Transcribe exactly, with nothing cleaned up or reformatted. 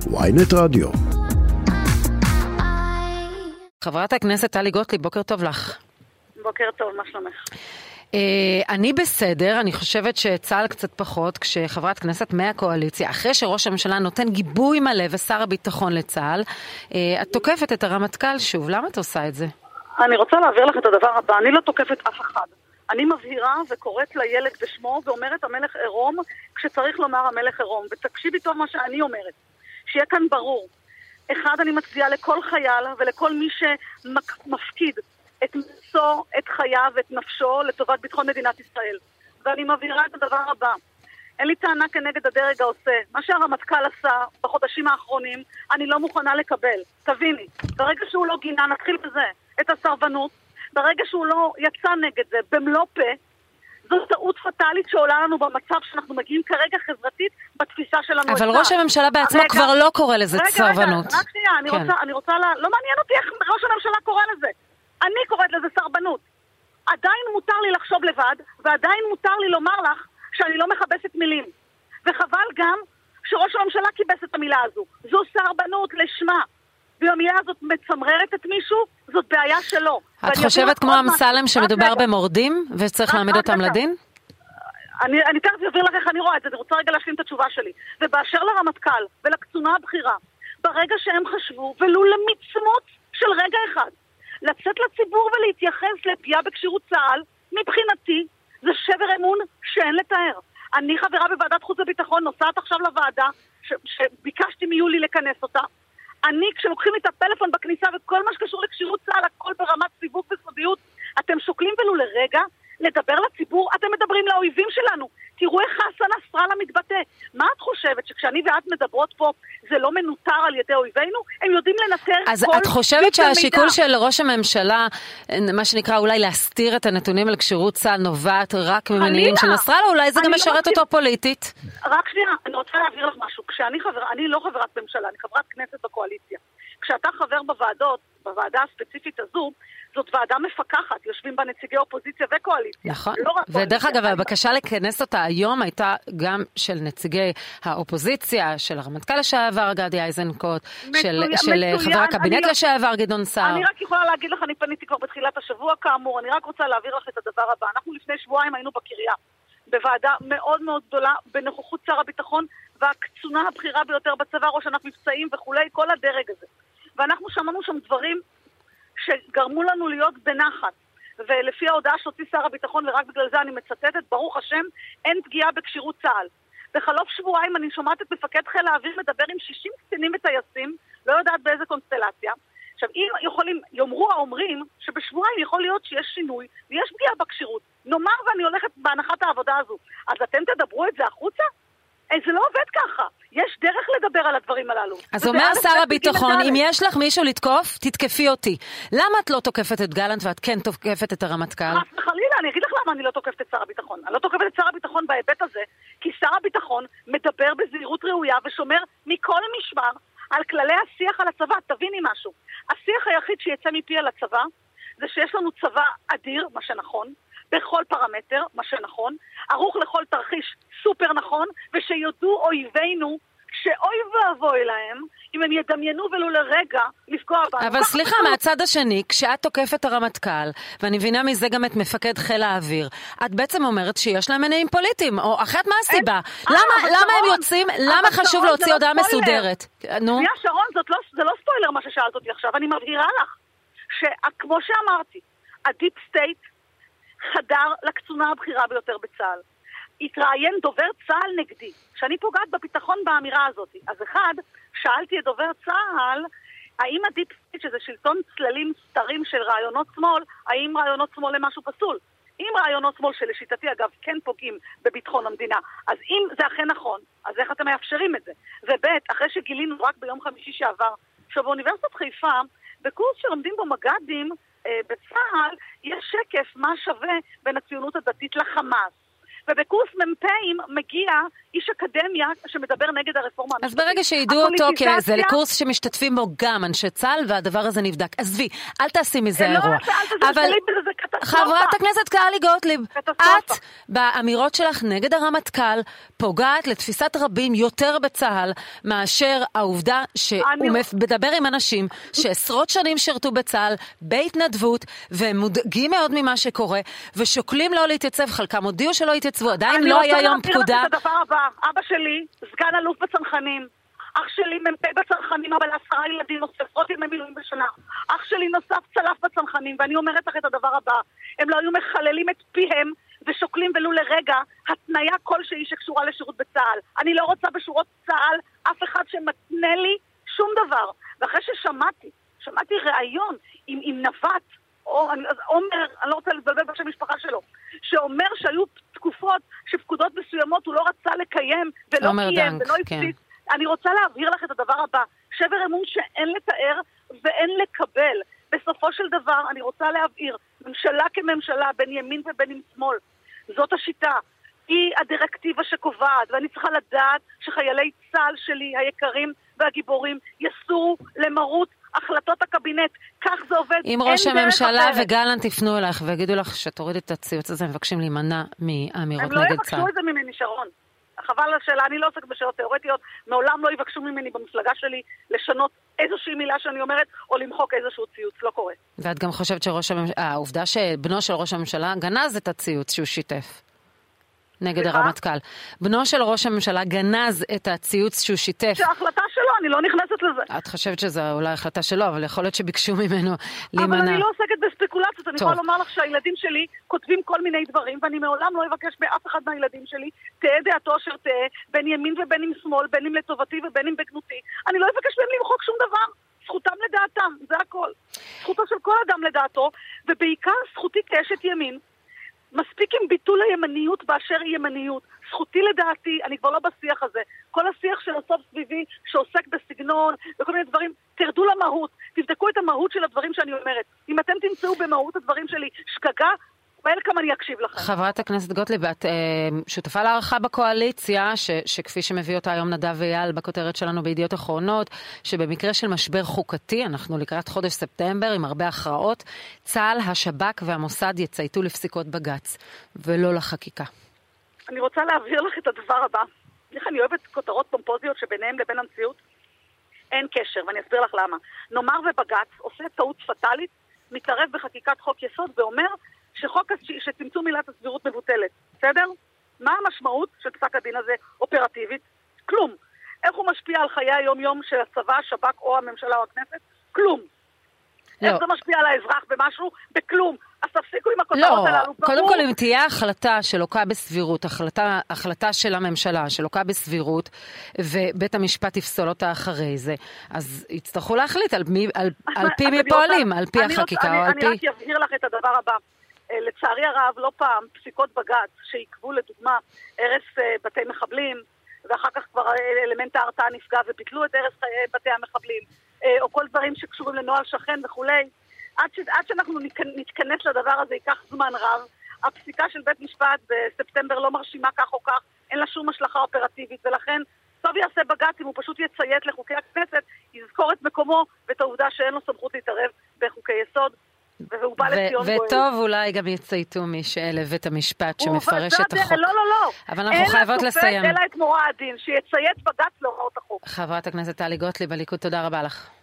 וויינט רדיו. חברת הכנסת טלי גוטליב, בוקר טוב לך. בוקר טוב, מה שלומך? אני בסדר, אני חושבת שצהל קצת פחות, כשחברת כנסת מהקואליציה, אחרי שראש הממשלה נותן גיבוי מלא ושר הביטחון לצהל, את תוקפת את הרמטכ"ל שוב. למה את עושה את זה? אני רוצה להעביר לך את הדבר הבא, אני לא תוקפת אף אחד. אני מבהירה וקוראת לילד בשמו ואומרת המלך עירום כשצריך לומר המלך עירום. ותקשיבי טוב מה שאני אומרת, שיהיה כאן ברור. אחד, אני מצדיעה לכל חייל ולכל מי שמפקיד את נפשו, את חייו ואת נפשו לטובת ביטחון מדינת ישראל. ואני מבהירה את הדבר הבא. אין לי טענה כנגד הדרג העושה. מה שהרמטכ"ל עשה בחודשים האחרונים, אני לא מוכנה לקבל. תביני, ברגע שהוא לא גינה, נתחיל בזה, את הסרבנות, ברגע שהוא לא יצא נגד זה במלוא פה, זו טעות פטלית שעולה לנו במצב שאנחנו מגיעים כרגע חברתית בתפיסה של המועצה. אבל ראש הממשלה בעצמו רגע, כבר לא קורא לזה רגע, סרבנות. רגע, רק שנייה, אני כן. רוצה, אני רוצה לה, לא מעניין אותי איך ראש הממשלה קורא לזה. אני קוראת לזה סרבנות. עדיין מותר לי לחשוב לבד, ועדיין מותר לי לומר לך שאני לא מחפשת מילים. וחבל גם שראש הממשלה קיבס את המילה הזו. זו סרבנות לשמה. והמילה הזאת מצמררת את מישהו, זאת בעיה שלו. את חושבת כמו אמסלם שמדובר במורדים וצריך להעמיד אותם לדין? אני, אני תכף אעביר לך איך אני רואה את זה, אני רוצה רגע להשלים את התשובה שלי. ובאשר לרמטכ"ל ולקצונה הבכירה, ברגע שהם חשבו, ולו למצמוץ של רגע אחד, לצאת לציבור ולהתייחס לפגיעה בקשירות צה"ל, מבחינתי, זה שבר אמון שאין לתאר. אני חברה בוועדת חוץ וביטחון, נוסעת עכשיו לוועדה, ש- שביקשתי מיולי לכנס אותה. אני, כשלוקחים את הפלאפון בכניסה וכל מה שקשור לקשירות צה"ל, הכל ברמת סיווג וסודיות, אתם שוקלים ולו לרגע לדבר לציבור, אתם מדברים לאויבים שלנו. תראו איך חסן נסראללה מתבטא. מה את חושבת, שכשאני ואת מדברות פה, זה לא מנותר על ידי אויבינו? הם יודעים לנטר כל... אז את חושבת שהשיקול של ראש הממשלה, מה שנקרא אולי להסתיר את הנתונים על קשירות צה"ל, נובעת רק ממניעים של נסראללה, אולי זה גם משרת אותו פוליטית? רק שנייה, אני רוצה להעביר לך משהו. כשאני חברה, אני לא חברת ממשלה, אני חברת כנסת בקואליציה. כשאתה חבר בוועדות, בוועדה הספציפית הזו, זאת ועדה מפקחת, יושבים בה נציגי אופוזיציה וקואליציה. נכון, ודרך אגב, הבקשה לכנס אותה היום הייתה גם של נציגי האופוזיציה, של הרמטכ"ל לשעבר גדי איזנקוט, של חבר הקבינט לשעבר גדעון סער. אני רק יכולה להגיד לך, אני פניתי כבר בתחילת השבוע כאמור, אני רק רוצה להעביר לך את הדבר הבא. אנחנו לפני שבועיים היינו בקריה, בוועדה מאוד מאוד גדולה, בנוכחות שר הביטחון, והקצונה הבכירה ביותר בצבא, ראש ענף מבצעים וכולי, כל הדרג הזה. ואנחנו שמענו שם דברים שגרמו לנו להיות בנחת, ולפי ההודעה שהוציא שר הביטחון, ורק בגלל זה אני מצטטת, ברוך השם, אין פגיעה בקשירות צה"ל. בחלוף שבועיים אני שומעת את מפקד חיל האוויר מדבר עם שישים קצינים וטייסים, לא יודעת באיזה קונסטלציה. עכשיו, אם יכולים, יאמרו האומרים שבשבועיים יכול להיות שיש שינוי, ויש פגיעה בקשירות. נאמר ואני הולכת בהנחת העבודה הזו, אז אתם תדברו את זה החוצה? זה לא עובד ככה. יש דרך לדבר על הדברים הללו. אז אומר שר הביטחון, אם יש לך מישהו לתקוף, תתקפי אותי. למה את לא תוקפת את גלנט ואת כן תוקפת את הרמטכ"ל? חלילה, אני אגיד לך למה אני לא תוקפת את שר הביטחון. אני לא תוקפת את שר הביטחון בהיבט הזה, כי שר הביטחון מדבר בזהירות ראויה ושומר מכל משמר על כללי השיח על הצבא. תביני משהו. השיח היחיד שיצא מפי על הצבא, זה שיש לנו צבא אדיר, מה שנכון, בכל פרמטר, מה שנכון, ערוך לכל תרחיש סופר נכון, ושיודעו אויבינו שאוי ואבוי להם, אם הם ידמיינו ולו לרגע לפגוע בנו. אבל סליחה, מהצד השני, כשאת תוקפת הרמטכ"ל, ואני מבינה מזה גם את מפקד חיל האוויר, את בעצם אומרת שיש להם מניעים פוליטיים, או אחת מה הסיבה? למה הם יוצאים, למה חשוב להוציא הודעה מסודרת? נו? שנייה שרון, זה לא ספוילר מה ששאלת אותי עכשיו, אני מבהירה לך, שכמו שאמרתי, הדיפ סטייט חדר לקצונה הבכירה ביותר בצה"ל. התראיין דובר צה"ל נגדי, שאני פוגעת בביטחון באמירה הזאת. אז אחד, שאלתי את דובר צה"ל, האם הדיפ סטייט, שזה שלטון צללים סתרים של רעיונות שמאל, האם רעיונות שמאל למשהו פסול? אם רעיונות שמאל שלשיטתי אגב כן פוגעים בביטחון המדינה, אז אם זה אכן נכון, אז איך אתם מאפשרים את זה? ובית, אחרי שגילינו רק ביום חמישי שעבר, שבאוניברסיטת חיפה, בקורס שלומדים בו מג"דים, בצה"ל יש שקף מה שווה בין הציונות הדתית לחמאס. ובקורס ממפאים מגיע איש אקדמיה שמדבר נגד הרפורמה המשפטית. אז ברגע שידעו אותו, כי זה לקורס שמשתתפים בו גם אנשי צה"ל, והדבר הזה נבדק. עזבי, אל תעשי מזה אירוע. אבל זה חברת הכנסת טלי גוטליב, את באמירות שלך נגד הרמטכ"ל פוגעת לתפיסת רבים יותר בצה"ל מאשר העובדה שהוא מדבר עם אנשים שעשרות שנים שירתו בצה"ל בהתנדבות והם מודאגים מאוד ממה שקורה ושוקלים לא להתייצב, חלקם הודיעו שלא התייצבו, עדיין לא היה יום פקודה. אני רוצה להבהיר לך את הדבר הבא, אבא שלי סגן אלוף בצנחנים, אח שלי מ"פ בצנחנים, אבל עשרה ילדים נוספות ימי מילואים בשנה. אח שלי נוסף צלף בצנחנים, ואני אומרת לך את הדבר הבא, הם לא היו מחללים את פיהם ושוקלים ולו לרגע התניה כלשהי שקשורה לשירות בצה"ל. אני לא רוצה בשורות צה"ל אף אחד שמתנה לי שום דבר. ואחרי ששמעתי, שמעתי ראיון עם, עם נווט, או אני, אומר, אני לא רוצה לבלבל בשם משפחה שלו, שאומר שהיו תקופות שפקודות מסוימות הוא לא רצה לקיים ולא קיים ולא הפסיק. כן. אני רוצה להבהיר לך את הדבר הבא, שבר אמון שאין לתאר ואין לקבל. בסופו של דבר אני רוצה להבהיר, ממשלה כממשלה, בין ימין ובין עם שמאל, זאת השיטה. היא הדירקטיבה שקובעת, ואני צריכה לדעת שחיילי צה"ל שלי, היקרים והגיבורים, יסורו למרות החלטות הקבינט. כך זה עובד. אם ראש הממשלה וגלנט יפנו אליך ויגידו לך שתוריד את הציוץ הזה, מבקשים להימנע מאמירות נגד צה"ל. הם לא יבקשו את זה ממני, שרון. חבל השאלה, אני לא עוסק בשאלות תיאורטיות, מעולם לא יבקשו ממני במפלגה שלי לשנות איזושהי מילה שאני אומרת, או למחוק איזשהו ציוץ, לא קורה. ואת גם חושבת שראש הממשלה, העובדה שבנו של ראש הממשלה גנז את הציוץ שהוא שיתף נגד הרמטכ"ל. בנו של ראש הממשלה גנז את הציוץ שהוא שיתף. שההחלטה שלו, אני לא נכנסת לזה. את חושבת שזו אולי החלטה שלו, אבל יכול להיות שביקשו ממנו להימנע. אבל אני לא עוסקת בספקולציות, אני יכולה לומר לך שהילדים שלי כותבים כל מיני דברים, ואני מעולם לא אבקש באף אחד מהילדים שלי, תהיה דעתו אשר תהיה, בין ימין ובין עם שמאל, בין עם לטובתי ובין עם בגנותי. אני לא אבקש מהם למחוק שום דבר. זכותם לדעתם, זה הכל. זכותו של כל אדם לדעתו, ובעיקר זכותי כאשת ימין. מספיק עם ביטול הימניות באשר היא ימניות. זכותי לדעתי, אני כבר לא בשיח הזה. כל השיח של הסוף סביבי שעוסק בסגנון וכל מיני דברים, תרדו למהות, תבדקו את המהות של הדברים שאני אומרת. אם אתם תמצאו במהות הדברים שלי שגגה, ואלכם אני אקשיב לכם. חברת הכנסת גוטליב, את אה, שותפה להערכה בקואליציה, ש, שכפי שמביא אותה היום נדב ויאל בכותרת שלנו בידיעות אחרונות, שבמקרה של משבר חוקתי, אנחנו לקראת חודש ספטמבר עם הרבה הכרעות, צה"ל, השב"כ והמוסד יצייתו לפסיקות בג"ץ, ולא לחקיקה. אני רוצה להבהיר לך את הדבר הבא. איך אני אוהבת כותרות פומפוזיות שביניהם לבין המציאות? אין קשר, ואני אסביר לך למה. נאמר ובג"ץ עושה טעות פטלית, מתערב בחקיקת חוק יסוד ואומר שחוק שצמצום עילת הסבירות מבוטלת. בסדר? מה המשמעות של פסק הדין הזה אופרטיבית? כלום. איך הוא משפיע על חיי היום-יום של הצבא, השב"כ או הממשלה או הכנסת? כלום. לא. איך זה משפיע על האזרח במשהו? בכלום. אז תפסיקו עם הכותרות לא, הללו. קודם כל אם תהיה החלטה שלוקה בסבירות, החלטה, החלטה של הממשלה שלוקה בסבירות, ובית המשפט יפסול אותה אחרי זה, אז יצטרכו להחליט על, מי, על, על פי מי פועלים, על פי החקיקה או על פי... אני רק אבהיר לך את הדבר הבא. לצערי הרב, לא פעם, פסיקות בג"ץ שעיכבו לדוגמה הרס בתי מחבלים, ואחר כך כבר אלמנט ההרתעה נפגע וביטלו את הרס בתי המחבלים, או כל דברים שקשורים לנוהל שכן וכולי, עד, ש... עד שאנחנו נתכנס לדבר הזה ייקח זמן רב. הפסיקה של בית משפט בספטמבר לא מרשימה כך או כך, אין לה שום השלכה אופרטיבית, ולכן טוב יעשה בג"ץ אם הוא פשוט יציית לחוקי הכנסת, יזכור את מקומו ואת העובדה שאין לו סמכות להתערב בחוקי יסוד, והוא בא לציון גואל. וטוב אולי גם יצייתו מי שאלה בית המשפט שמפרש את החוק. לא, לא, לא. אבל אנחנו חייבות לסיים. אלא את מורא הדין, שיציית בג"ץ להוראות החוק. חברת הכנסת טלי גוטליב, הליכוד, תודה רבה לך.